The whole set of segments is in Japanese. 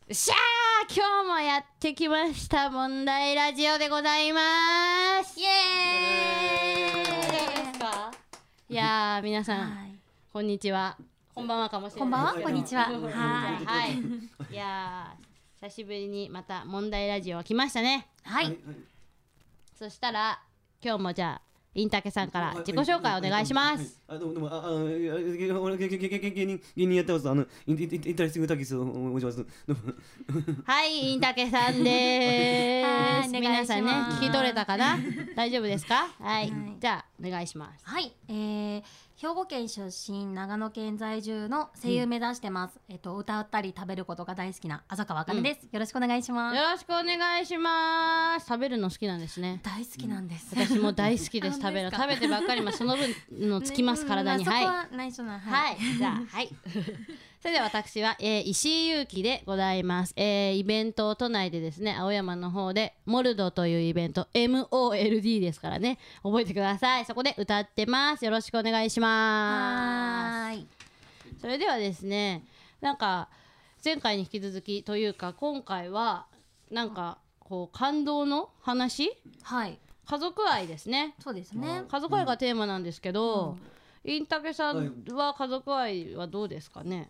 しゃー、今日もやってきました問題ラジオでございます。イエーイ。どうですか？いやー、皆さん、こんにちは、こんばんはかもしれない。 こんばんは、こんにちは。 はい。いやー、久しぶりにまた問題ラジオ来ましたね。 はい。 そしたら今日もじゃあインタケさんから自己紹介お願いします。 どうも、俺芸人やってます。インタレスティングタキスを申します。 はい、インタケさんでーす。皆さんね、聞き取れたかな？大丈夫ですか？はい、じゃあお願いします。 はい、兵庫県出身、長野県在住の声優目指してます。歌ったり食べることが大好きな浅川あかねです。よろしくお願いします。 よろしくお願いします。食べるの好きなんですね。 大好きなんです。 私も大好きです。食べてばっかり、その分のつきます体に。 はい。そこは内緒な。 はい、じゃあはい。それでは私は、石井優希でございます。イベントを都内でですね、青山の方でモルドというイベント、MOLD ですからね、覚えてください。そこで歌ってます。よろしくお願いします。はい。それではですね、なんか前回に引き続きというか、今回はなんかこう感動の話、 はい、 家族愛ですね。 そうですね。 家族愛がテーマなんですけど、インタケさんは家族愛はどうですかね？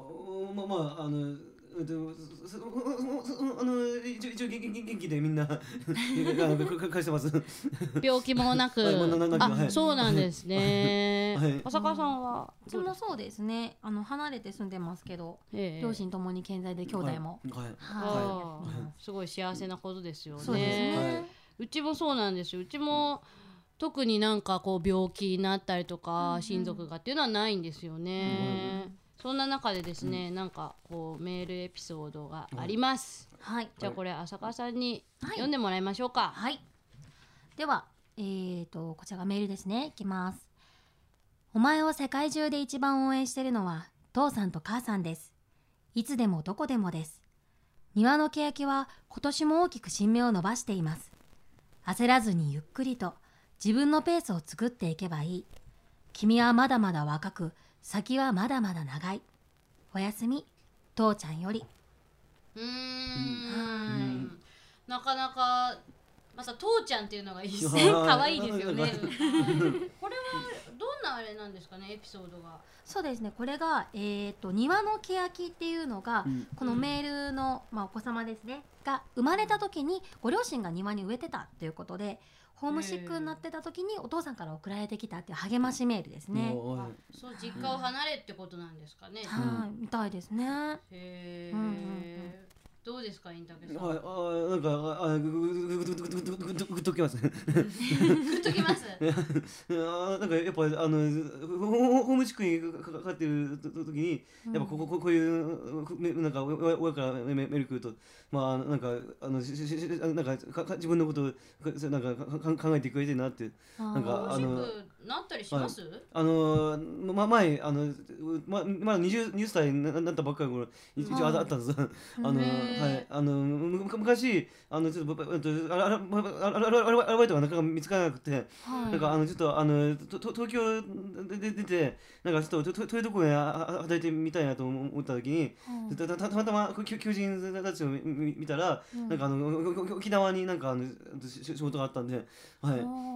一応元気でみんな返してます。 病気もなく。あ、そうなんですね。浅川さんは？ うちもそうですね。離れて住んでますけど、両親ともに健在で兄弟も。 すごい幸せなことですよね。 そうですね。 うちもそうなんですよ。うちも特になんかこう病気になったりとか親族がっていうのはないんですよね。そんな中でですね、なんかこうメールエピソードがあります。はい。じゃあこれ浅川さんに読んでもらいましょうか。 はい。ではこちらがメールですね。いきます。お前を世界中で一番応援しているのは父さんと母さんです。いつでもどこでもです。庭の欅は今年も大きく新芽を伸ばしています。焦らずにゆっくりと自分のペースを作っていけばいい。君はまだまだ若く、先はまだまだ長い。おやすみ、父ちゃんより。 なかなかまた父ちゃんっていうのがいいですね。可愛いですよね。これはどんなあれなんですかね、エピソードが。 そうですね、これが庭の欅っていうのが、このメールのお子様ですねが生まれた時にご両親が庭に植えてたということで、ホームシックになってた時にお父さんから送られてきたっていう励ましメールですね。 そう実家を離れってことなんですかね。 はい、みたいですね。 へえ。どうですか、インタビューさん。 なんかグッときますね。 グッときます。 なんかやっぱホームシックにかかってる時にやっぱこういうなんか親からメール来ると、なんか自分のことをなんか考えてくれてるなって、なんかなったりします？ 前まだ20歳になったばっかりの頃一応あったんです。はい、昔ちょっとアルバイトがなかなか見つからなくて、なんかちょっと東京で出てなんかちょっと遠いところで働いてみたいなと思った時に、たまたま求人たちを見たら、なんか沖縄になんか仕事があったんで、はい、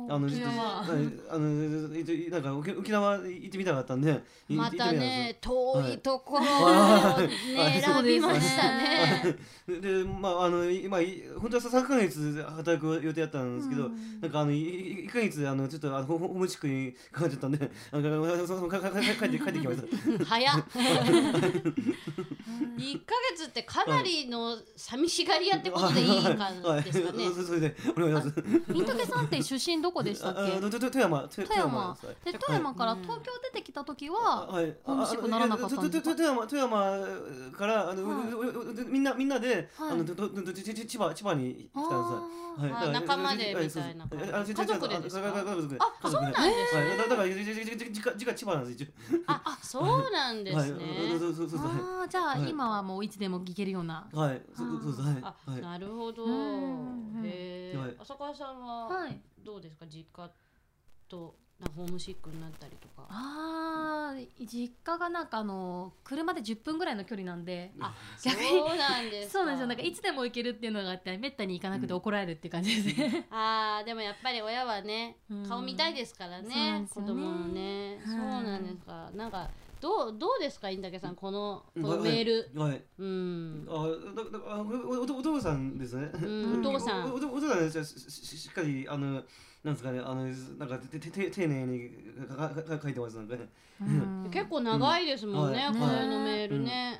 なんか沖縄行ってみたかったんで、 またね遠いところを選びましたね。 で今本当は3ヶ月働く予定だったんですけど、なんか1ヶ月ちょっとホームシックにかかっちゃったんで、帰ってきました。 早っ。1ヶ月ってかなりの寂しがり屋ってことでいいかですかね。 それでお願いします。 インタケさんって出身どこでしたっけ？ 富山。 富山から東京出てきた時はホームシックならなかったんですか？ 富山からみんなで千葉に来たんです。 仲間でみたいな。家族でですか？あ、そうなんですね。 だから実家千葉なんです。 あ、そうなんですね。 じゃあ今はもういつでも行けるような。 はい、そうです。 あ、なるほど。浅川さんはどうですか、実家となんかホームシックになったりとか。 実家がなんか車で10分ぐらいの距離なんで、 あ、 逆にそうなんですか。 そうなんですよ。なんかいつでも行けるっていうのがあってめったに行かなくて怒られるっていう感じですね。 でもやっぱり親はね、顔見たいですからそうなんね、 ですよね子供のね。 はいそうなんですか。なんかどうですか、いんたけさん、このメール。 はい。 うんお父さんですね。 お父さんお父さんです。しっかりなんですかね、なんか丁寧に書いてますなんかね。 結構長いですもんね、 うんこれのメールね。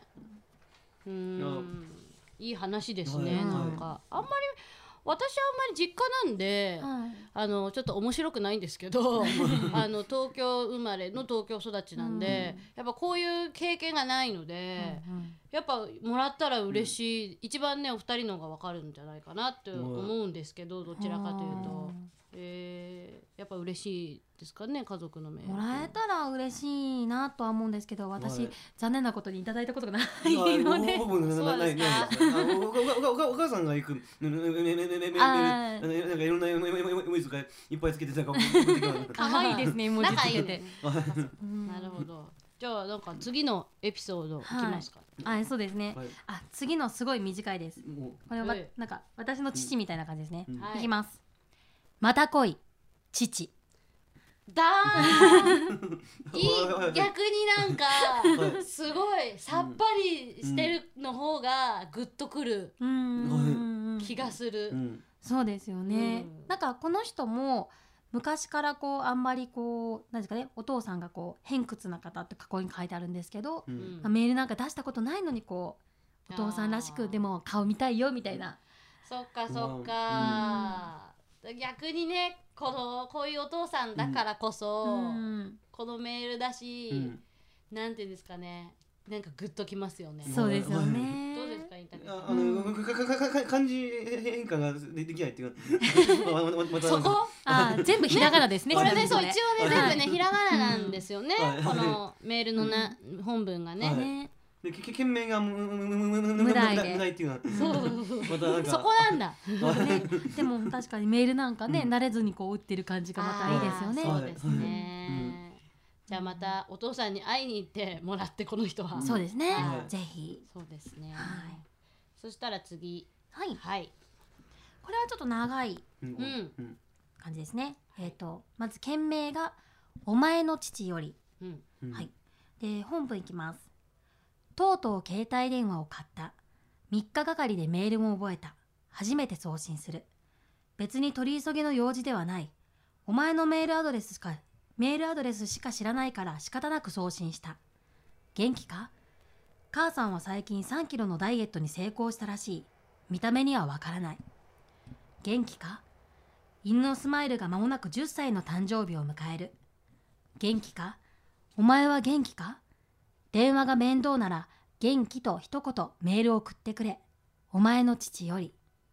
いい話ですね。なんかあんまり私はあんまり実家なんで、ちょっと面白くないんですけど東京生まれの東京育ちなんで、やっぱこういう経験がないので、やっぱもらったら嬉しい、一番ねお二人のが分かるんじゃないかなって思うんですけど、どちらかというと、やっぱ嬉しいですかね、家族のメールもらえたら嬉しいなとは思うんですけど、私残念なことにいただいたことがないので。 僕もないです。お母さんが行くなんかいろんな絵文字とかいっぱいつけてたから可愛いですね、絵文字つけて。 なるほど。じゃあなんか次のエピソードいきますか。 そうですね。次のすごい短いです。これはなんか私の父みたいな感じですね。いきます。また来い父。 だー逆になんかすごいさっぱりしてるの方がグッとくる気がする。 そうですよね。なんかこの人も昔からこうあんまりこうなんですかね、お父さんがこう偏屈な方ってここに書いてあるんですけど、メールなんか出したことないのにこうお父さんらしくでも顔見たいよみたいな。 そっかそっか。逆にね、こういうお父さんだからこそ、このメールだし、なんていうんですかね、なんかグッときますよね。 そうですよね。 どうですか、インタビュー。 漢字変化ができないっていうかそこ全部ひらがなですね。 これね、そう一応ね全部ねひらがななんですよね。このメールの本文がね。 件名が無題っていうのはそこなんだ。 でも確かにメールなんかね、慣れずにこう打ってる感じがまたいいですよね。 そうですね。じゃあまたお父さんに会いに行ってもらって、この人は。 そうですね。ぜひ。 そうですね。そしたら次。 はい。これはちょっと長い感じですね。まず件名がお前の父より。はい。で本文いきます。とうとう携帯電話を買った。3日がかりでメールも覚えた。初めて送信する。別に取り急ぎの用事ではない。お前のメールアドレスしか知らないから仕方なく送信した。元気か？母さんは最近3キロのダイエットに成功したらしい。見た目にはわからない。元気か？犬のスマイルが間もなく10歳の誕生日を迎える。元気か？お前は元気か？電話が面倒なら元気と一言メールを送ってくれ。お前の父より。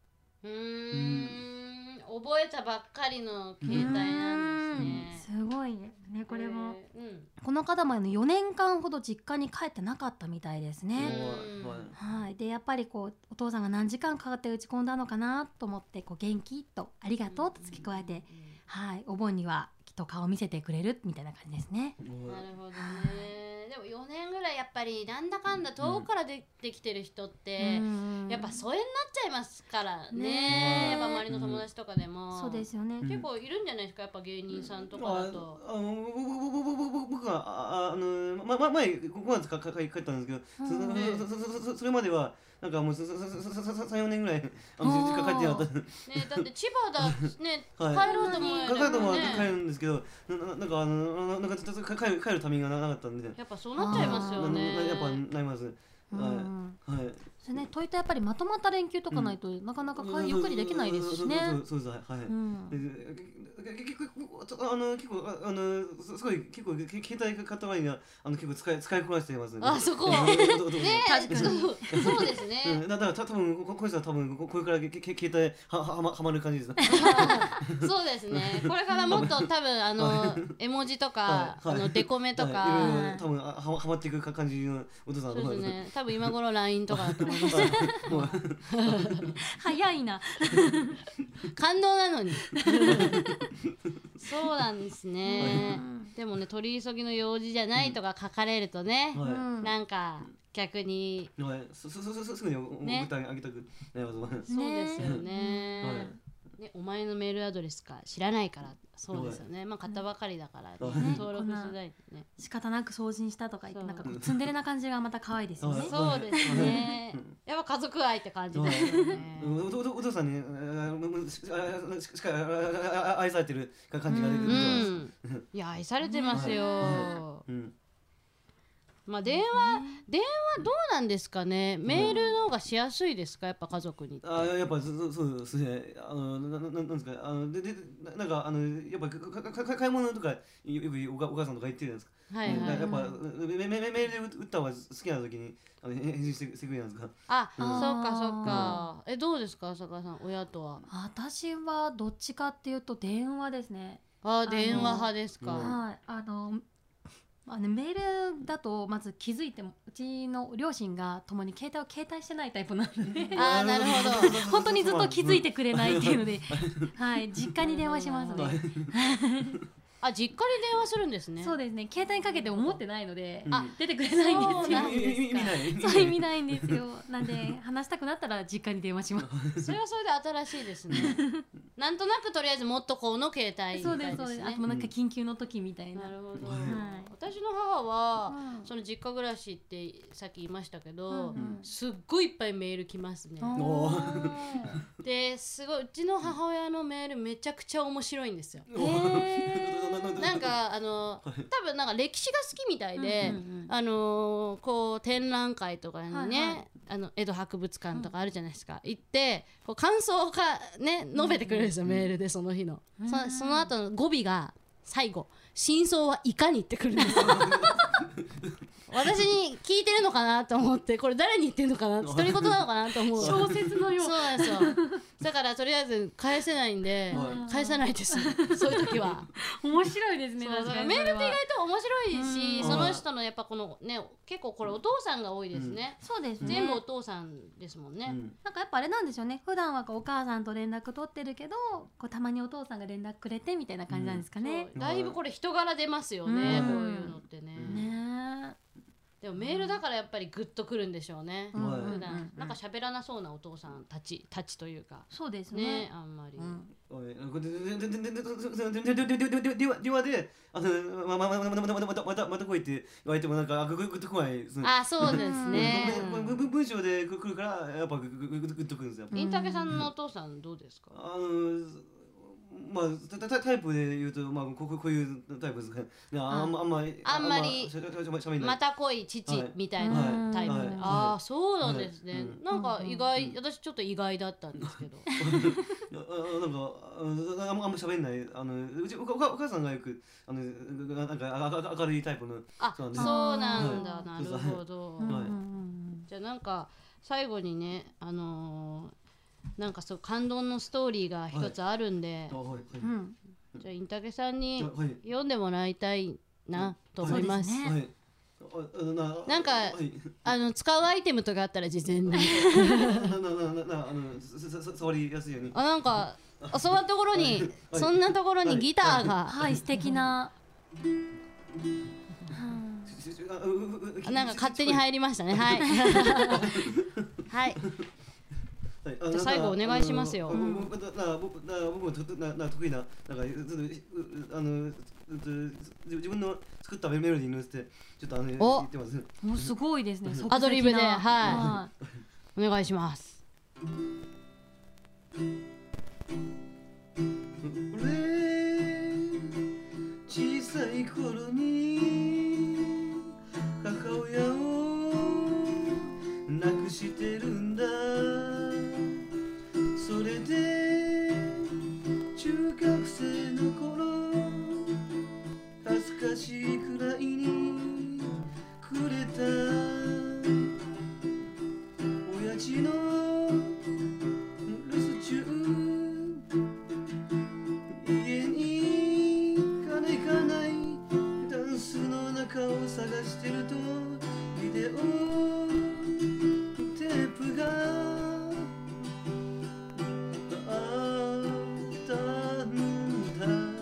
覚えたばっかりの携帯なんですね。 すごいね、これも、この方も4年間ほど実家に帰ってなかったみたいですね。でやっぱりこうお父さんが何時間かかって打ち込んだのかなと思って、こう元気とありがとうと付け加えて、お盆にはきっと顔見せてくれるみたいな感じですね。 なるほどね。でも4年ぐらいやっぱりなんだかんだ遠くから出てきてる人ってやっぱ疎遠になっちゃいますからね。やっぱ周りの友達とかでも。 そうですよね。 結構いるんじゃないですか、やっぱ芸人さんとかだと。 僕が前5月帰ったんですけど、それまではなんかもう3、4年ぐらい実家帰ってなかった。 だって千葉だね、帰ろうと思う帰るんですけど、なんか帰るタイミングがなかったんで。 やっぱそうなっちゃいますよね。 やっぱなります。 それね、といったやっぱりまとまった連休とかないとなかなかゆっくりできないですしね。 そうです、はい。結構すごい結構携帯買った場合には結構使いこなしていますね。 そこね、そうですね。 だから多分この人は多分これから携帯はまる感じです。 そうですね。これからもっと多分絵文字とかデコメとか多分はまっていく感じのお父さんだと思います。 多分今頃 LINE とかだと思います。 早いな。 感動なのに。 そうなんですね。でもね、取り急ぎの用事じゃないとか書かれるとね、 はいなんか逆にはいすぐに送ってあげたくないわと。 そうですよね。 はいね、お前のメールアドレスか知らないから、そうですよね。まあ買ったばかりだから、ね、登録しないとね。 仕方なく送信したとか言ってなんかこそううツンデレな感じがまた可愛いですよね。 そうですね。やっぱ家族愛って感じですよね。 お父さんにしか愛されてる感じが出てうる。 ん。いや愛されてますよ。 うんまあ電話どうなんですかね。メールの方がしやすいですか、やっぱ家族に。 やっぱそうですね。なんですかなんかやっぱ買い物とかよくお母さんとか言ってるじゃないですか。 はいはい。 やっぱメールで打った方が好きな時に返信してくれるじゃないですか。 あ、そっかそっか。どうですか浅川さん、親とは。 私はどっちかっていうと電話ですね。 電話派ですか。 はいメールだとまず気づいてもうちの両親が共に携帯してないタイプなのでなるほど。 本当にずっと気づいてくれないっていうので、はい、実家に電話しますね。 実家に電話するんですね。 そうですね。携帯にかけて思ってないので、 あ出てくれないんですよ。 意味ない。 そう意味ないんですよ。なんで話したくなったら実家に電話します。 それはそれで新しいですね。なんとなくとりあえずもっとこうの携帯みたいですね。 そうです。あともなんか緊急の時みたいな。 なるほど。 はい私の母はその実家暮らしってさっき言いましたけど、すっごいいっぱいメール来ますね。ですごいうちの母親のメールめちゃくちゃ面白いんですよ。なんか多分なんか歴史が好きみたいで、こう展覧会とかにね、江戸博物館とかあるじゃないですか、行ってこう感想がね述べてくれるんですよ、メールでその日の。その後の語尾が最後真相はいかにってくるんですよ。私に聞いてるのかなと思って、これ誰に言ってるのかな、独り言なのかなと思う。 小説のよう。 そうなんですよ。だからとりあえず返せないんで、返さないです。そういう時は。 面白いですね。 メールって意外と面白いし、その人のやっぱこのね、結構これお父さんが多いですね。 そうですね。 全部お父さんですもんね。 なんかやっぱあれなんですよね。普段はこうお母さんと連絡取ってるけど、こうたまにお父さんが連絡くれてみたいな感じなんですかね。 だいぶこれ人柄出ますよね、こういうのってね。 ね。 でもメールだからやっぱりグッとくるんでしょうね。 うん普段なんか喋らなそうなお父さんたちというか。 そうですね、 ね。 あんまり。 電話でまた来いって言われてもなんかグッと来ないですね。 そうですね。 文章で来るからやっぱグッとくるんですよ。 インタケさんのお父さんどうですか？ まあタイプで言うとまあこういうタイプですかね。あんまりまた来い父みたいなタイプで。そうなんですね。なんか意外、私ちょっと意外だったんですけど。 なんかあんま喋んない。うちお母さんがよくなんか明るいタイプの。 そうなんだ。なるほど。じゃあなんか最後にねなんかそう感動のストーリーが一つあるんで、じゃあインタケさんに読んでもらいたいなと思います。なんか使うアイテムとかあったら事前に触りやすいように。 なんかそんなところにそんなところにギターが素敵な。 なんか勝手に入りましたね。はい。はい。じゃあ最後お願いしますよ。 僕も得意な自分の作ったメロディーに乗せてちょっと言ってます。 もうすごいですね。 アドリブでお願いします。 小さい頃に母親を亡くしてるんだ。それで中学生の頃恥ずかしいくらいにくれた親父の留守中家に金がないダンスの中を探してるとビデオテープがあったんだ。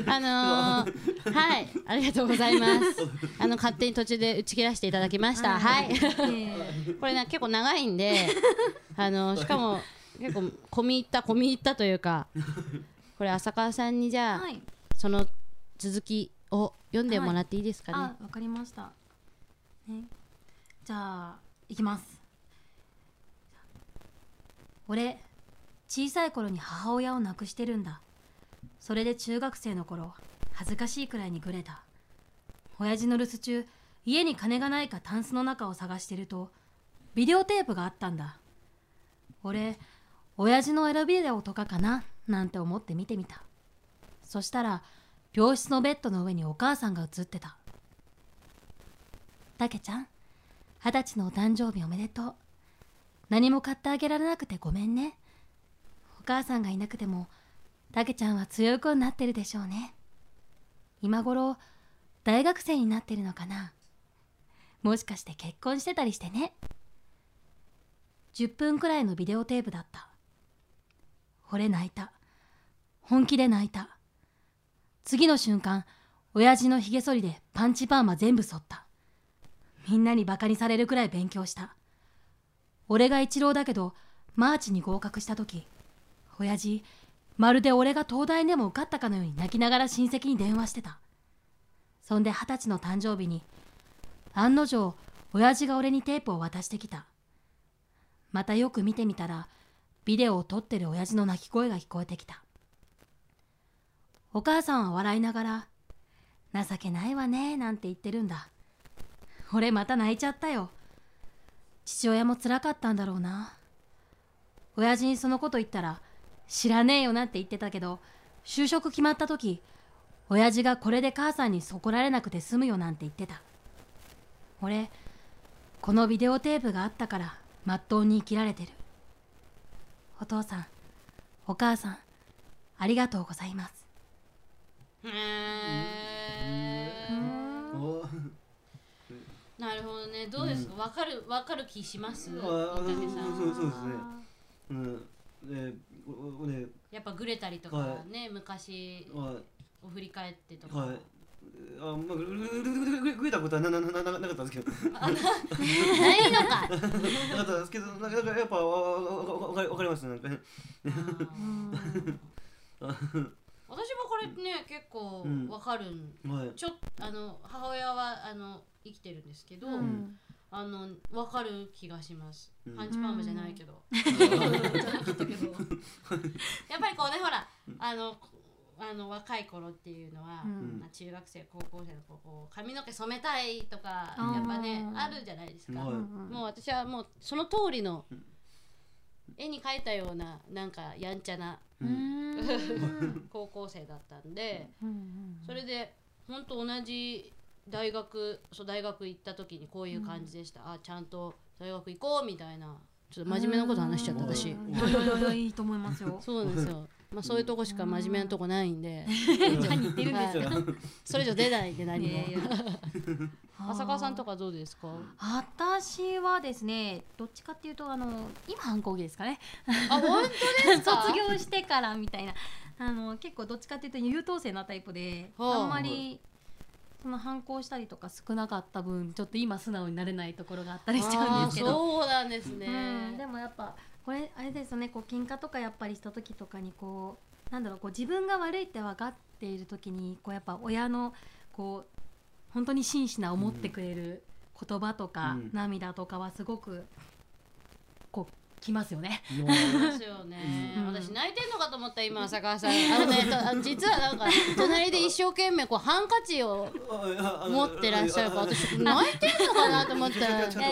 はいありがとうございます勝手に途中で打ち切らせていただきましたはいこれ結構長いんでしかも結構込み入ったというかこれ浅川さんにじゃあ、 はい、 その続きを読んでもらっていいですかね。 あ、わかりました、ね、じゃあいきます。俺小さい頃に母親を亡くしてるんだ。それで中学生の頃恥ずかしいくらいにグレた。親父の留守中家に金がないかタンスの中を探してるとビデオテープがあったんだ。俺親父のエロビデオとかかななんて思って見てみた。そしたら病室のベッドの上にお母さんが映ってた。たけちゃん、20歳のお誕生日おめでとう。何も買ってあげられなくてごめんね。お母さんがいなくてもたけちゃんは強い子になってるでしょうね。今頃大学生になってるのかな。もしかして結婚してたりしてね。10分くらいのビデオテープだった。俺泣いた。本気で泣いた。次の瞬間、親父のひげ剃りでパンチパーマ全部剃った。みんなにバカにされるくらい勉強した。俺が一浪だけどマーチに合格した時、親父まるで俺が東大でも受かったかのように泣きながら親戚に電話してた。そんで20歳の誕生日に案の定親父が俺にテープを渡してきた。またよく見てみたらビデオを撮ってる親父の泣き声が聞こえてきた。お母さんは笑いながら情けないわねなんて言ってるんだ。俺また泣いちゃったよ。父親も辛かったんだろうな。親父にそのこと言ったら知らねえよなって言ってたけど、就職決まった時親父がこれで母さんに怒られなくて済むよなんて言ってた。俺このビデオテープがあったからまっとうに生きられてる。お父さんお母さんありがとうございます。 なるほどね。どうですか、わかる気します？ そうですね。 やっぱグレたりとかね、昔を振り返ってとか。 グレたことはなかったんですけど。 ないのか。 なかったんですけど、なんかやっぱわかりますなんかね。 私もこれね結構わかるん、ちょっと母親は生きてるんですけど、わかる気がします。パンチパーマじゃないけど、やっぱりこうね、ほら若い頃っていうのは、中学生高校生のこう髪の毛染めたいとかやっぱねあるじゃないですか。もう私はもうその通りの絵に描いたようななんかやんちゃな高校生だったんで、それで本当同じ大学行った時にこういう感じでした。あ、ちゃんと大学行こうみたいな、ちょっと真面目なこと話しちゃった私。 いいと思いますよ。 そうなんですよ。まあそういうとこしか真面目なとこないんで。 何言ってるんですか。 それ以上出ないんで何も。浅川さんとかどうですか？ 私はですね、どっちかっていうと今反抗期ですかね。 あ、本当ですか？ 卒業してからみたいな、結構どっちかっていうと優等生なタイプで、あんまりその反抗したりとか少なかった分、ちょっと今素直になれないところがあったりしちゃうんですけど。 そうなんですね。 でもやっぱこれあれですよね、こう喧嘩とかやっぱりした時とかにこうなんだろう、こう自分が悪いって分かっている時にこうやっぱ親のこう本当に真摯な思ってくれる言葉とか、涙とかはすごくこうきますよね。 ですよね。私泣いてんのかと思った今浅川さん。実はなんか隣で一生懸命こうハンカチを持ってらっしゃるから私泣いてんのかなと思った。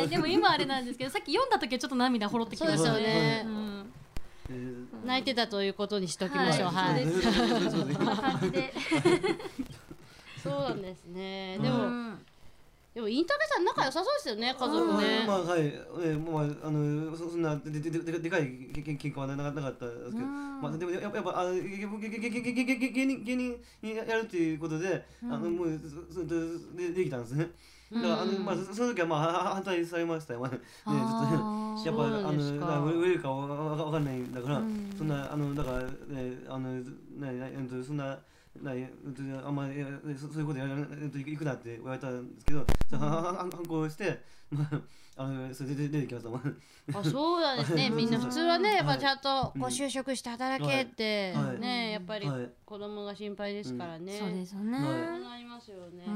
でも今あれなんですけど、さっき読んだ時はちょっと涙ほろってきましたね。 そうですよね。泣いてたということにしときましょう。はい。 こんな感じで。 そうなんですね。でもインタビューさん仲良さそうですよね、家族ね。 まあはい、そんなでかい喧嘩はなかったですけど、まあでもやっぱ芸人やるっていうことでもうできたんですね。だからまあその時はまあ反対されましたよ。ね、ちょっとやっぱ売れるかわかんないんだから、そんなだからねそんなあんまりそういうことやらないと行くなって言われたんですけど、反抗して、それで出てきました。 あ、そうなんですね。みんな普通はね、やっぱちゃんとこう就職して働けってね、やっぱり子供が心配ですからね。 そうですよね。 そうなりますよね。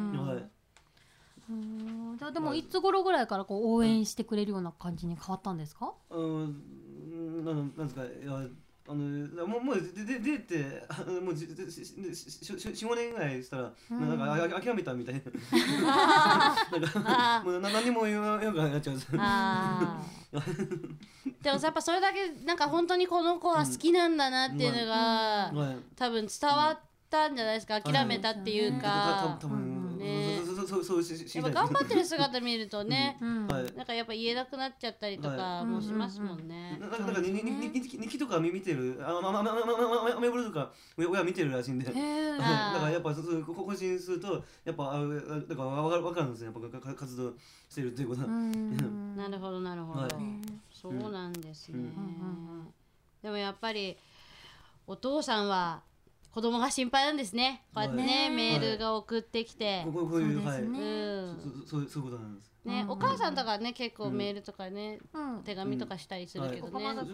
でもいつ頃ぐらいからこう応援してくれるような感じに変わったんですか？ なんですか、もう出てもう4、5年ぐらいしたらなんか諦めたみたいな、なんかもう何も言わなくなっちゃうんです。 でもやっぱそれだけなんか本当にこの子は好きなんだなっていうのが多分伝わったんじゃないですか。諦めたっていうか。 多分ね、 そうしやっぱ頑張ってる姿見るとね、なんかやっぱ言えなくなっちゃったりとかもしますもんね。 なんか日記とか見てる、アメブロとか親見てるらしいんで、だからやっぱ更新するとやっぱだから分かるんですよ、やっぱ活動してるっていうことは。 なるほどなるほど、そうなんですね。でもやっぱりお父さんは子供が心配なんですね。こうやってね、メールが送ってきて、 こういうそういうことなんですね。お母さんとかね結構メールとかね、手紙とかしたりするけどね。 誰の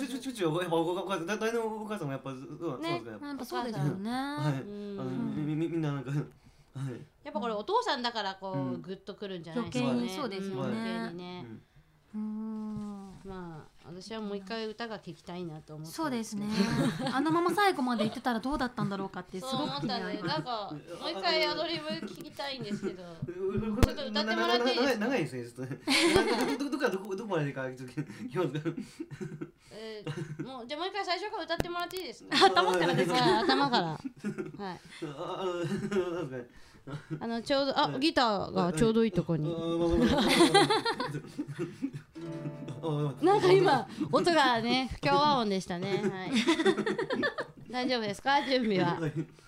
お母さんもやっぱそうですか。 やっぱそうですよね。 みんななんかやっぱこれお父さんだからこうグッとくるんじゃないですかね。 余計にそうですよね。まあ私はもう一回歌が聞きたいなと思って。 そうですね。あのまま最後まで言ってたらどうだったんだろうかってすごく思ったね。なんかもう一回アドリブ聞きたいんですけど、ちょっと歌ってもらっていいですか？ 長いですね。ちょっとどこまでか聞きますか？ もうじゃあもう一回最初から歌ってもらっていいですか？ 頭からですか？ 頭から。はい。ちょうどギターがちょうどいいとこに。なんか今音がね不協和音でしたね。はい。大丈夫ですか？準備は。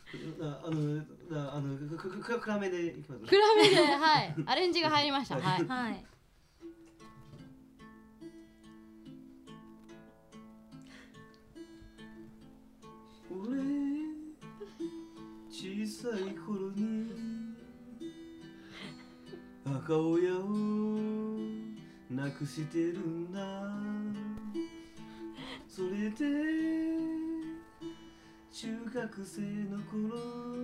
暗めでいきます。 暗めで、はい。アレンジが入りました。はい。 はい。 俺小さい頃に母親を亡くしてるんだ。それで中学生の頃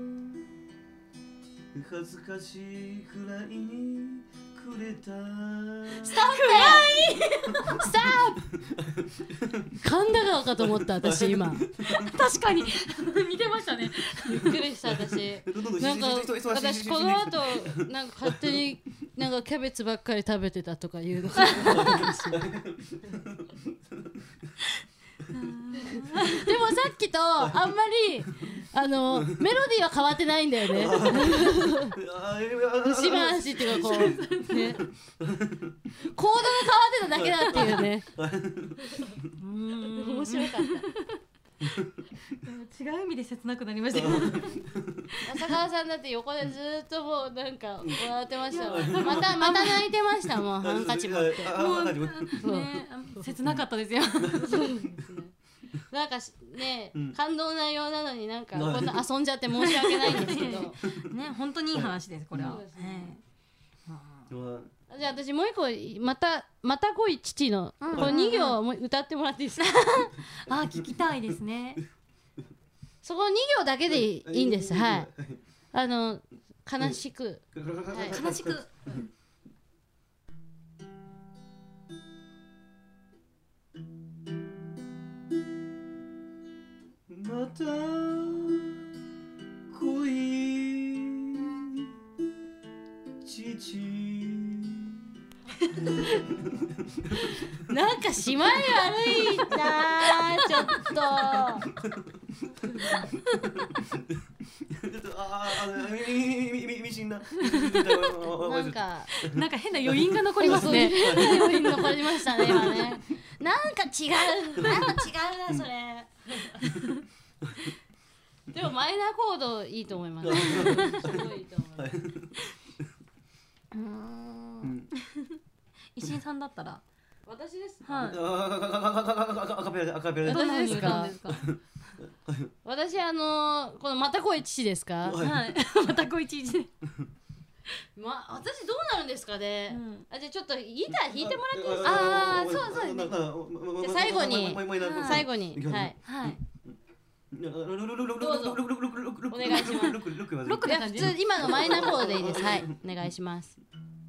恥ずかしいくらいにくれた。 ストップ！ストップ！噛んだかと思った私今。 確かに見てましたね。 びっくりした私。なんか私この後なんか勝手になんかキャベツばっかり食べてたとかいうの。でもさっきとあんまりメロディーは変わってないんだよね。節回しっていうかこう、ね、コードが変わってただけだっていうね。面白かった。 違う意味で切なくなりました。 浅川さんだって横でずっともうなんか笑ってましたもん。また泣いてましたもん、ハンカチ持って。 切なかったですよ。 なんかね、感動内容なのになんかこんな遊んじゃって申し訳ないんですけどね、本当にいい話ですこれは。 じゃあ私もう一個また来い父のこれ2行も歌ってもらっていいですか？ あ、聞きたいですね。 そこ2行だけでいいんです。はい。悲しく悲しく。 また来い父。 なんか締まり悪いなちょっと。 意味深な。 なんか変な余韻が残りますね。 余韻残りましたね今ね。なんか違うなそれ。でもマイナーコードいいと思います。すごいいいと思います。 石井さんだったら私ですか？ アカペラで。 私ですか？ 私このまた声父ですか？ はいはいまたこいちいちで私どうなるんですかね。じゃあちょっとギター弾いてもらっていいですか？ あーそうですねじゃあ最後に最後にはいはいお願いします。 ロッロックいや普通今のマイナーコードでいいです。はいお願いします。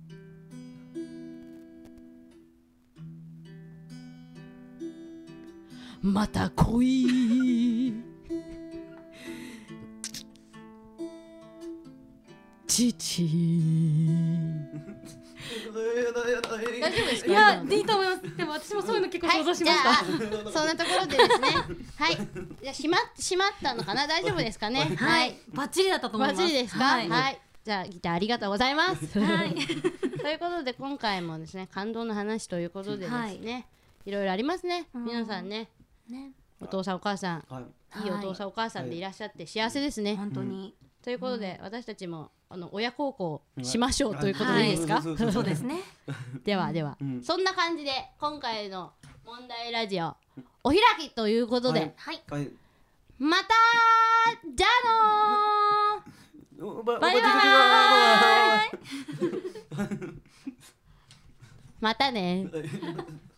また来い父。大丈夫ですか？ いやいいと思います。でも私もそういうの結構想像しました。 はい、じゃあそんなところでですねはいじゃあ閉まったのかな。大丈夫ですかね。 はいバッチリだったと思いバます。 ッチリですか？ ははいい、じゃあギターありがとうございますはいということで今回もですね感動の話ということでですね、いろいろありますね。皆さんねねお父さんお母さんはいいいお父さんお母さんでいらっしゃって幸せですね。 本当にということで私たちも親孝行しましょうということでいいですか？ そうですね。 ではでは、そんな感じで今回の問題ラジオお開きということで、 はいはいまたじゃあのーババイバーイまたねイ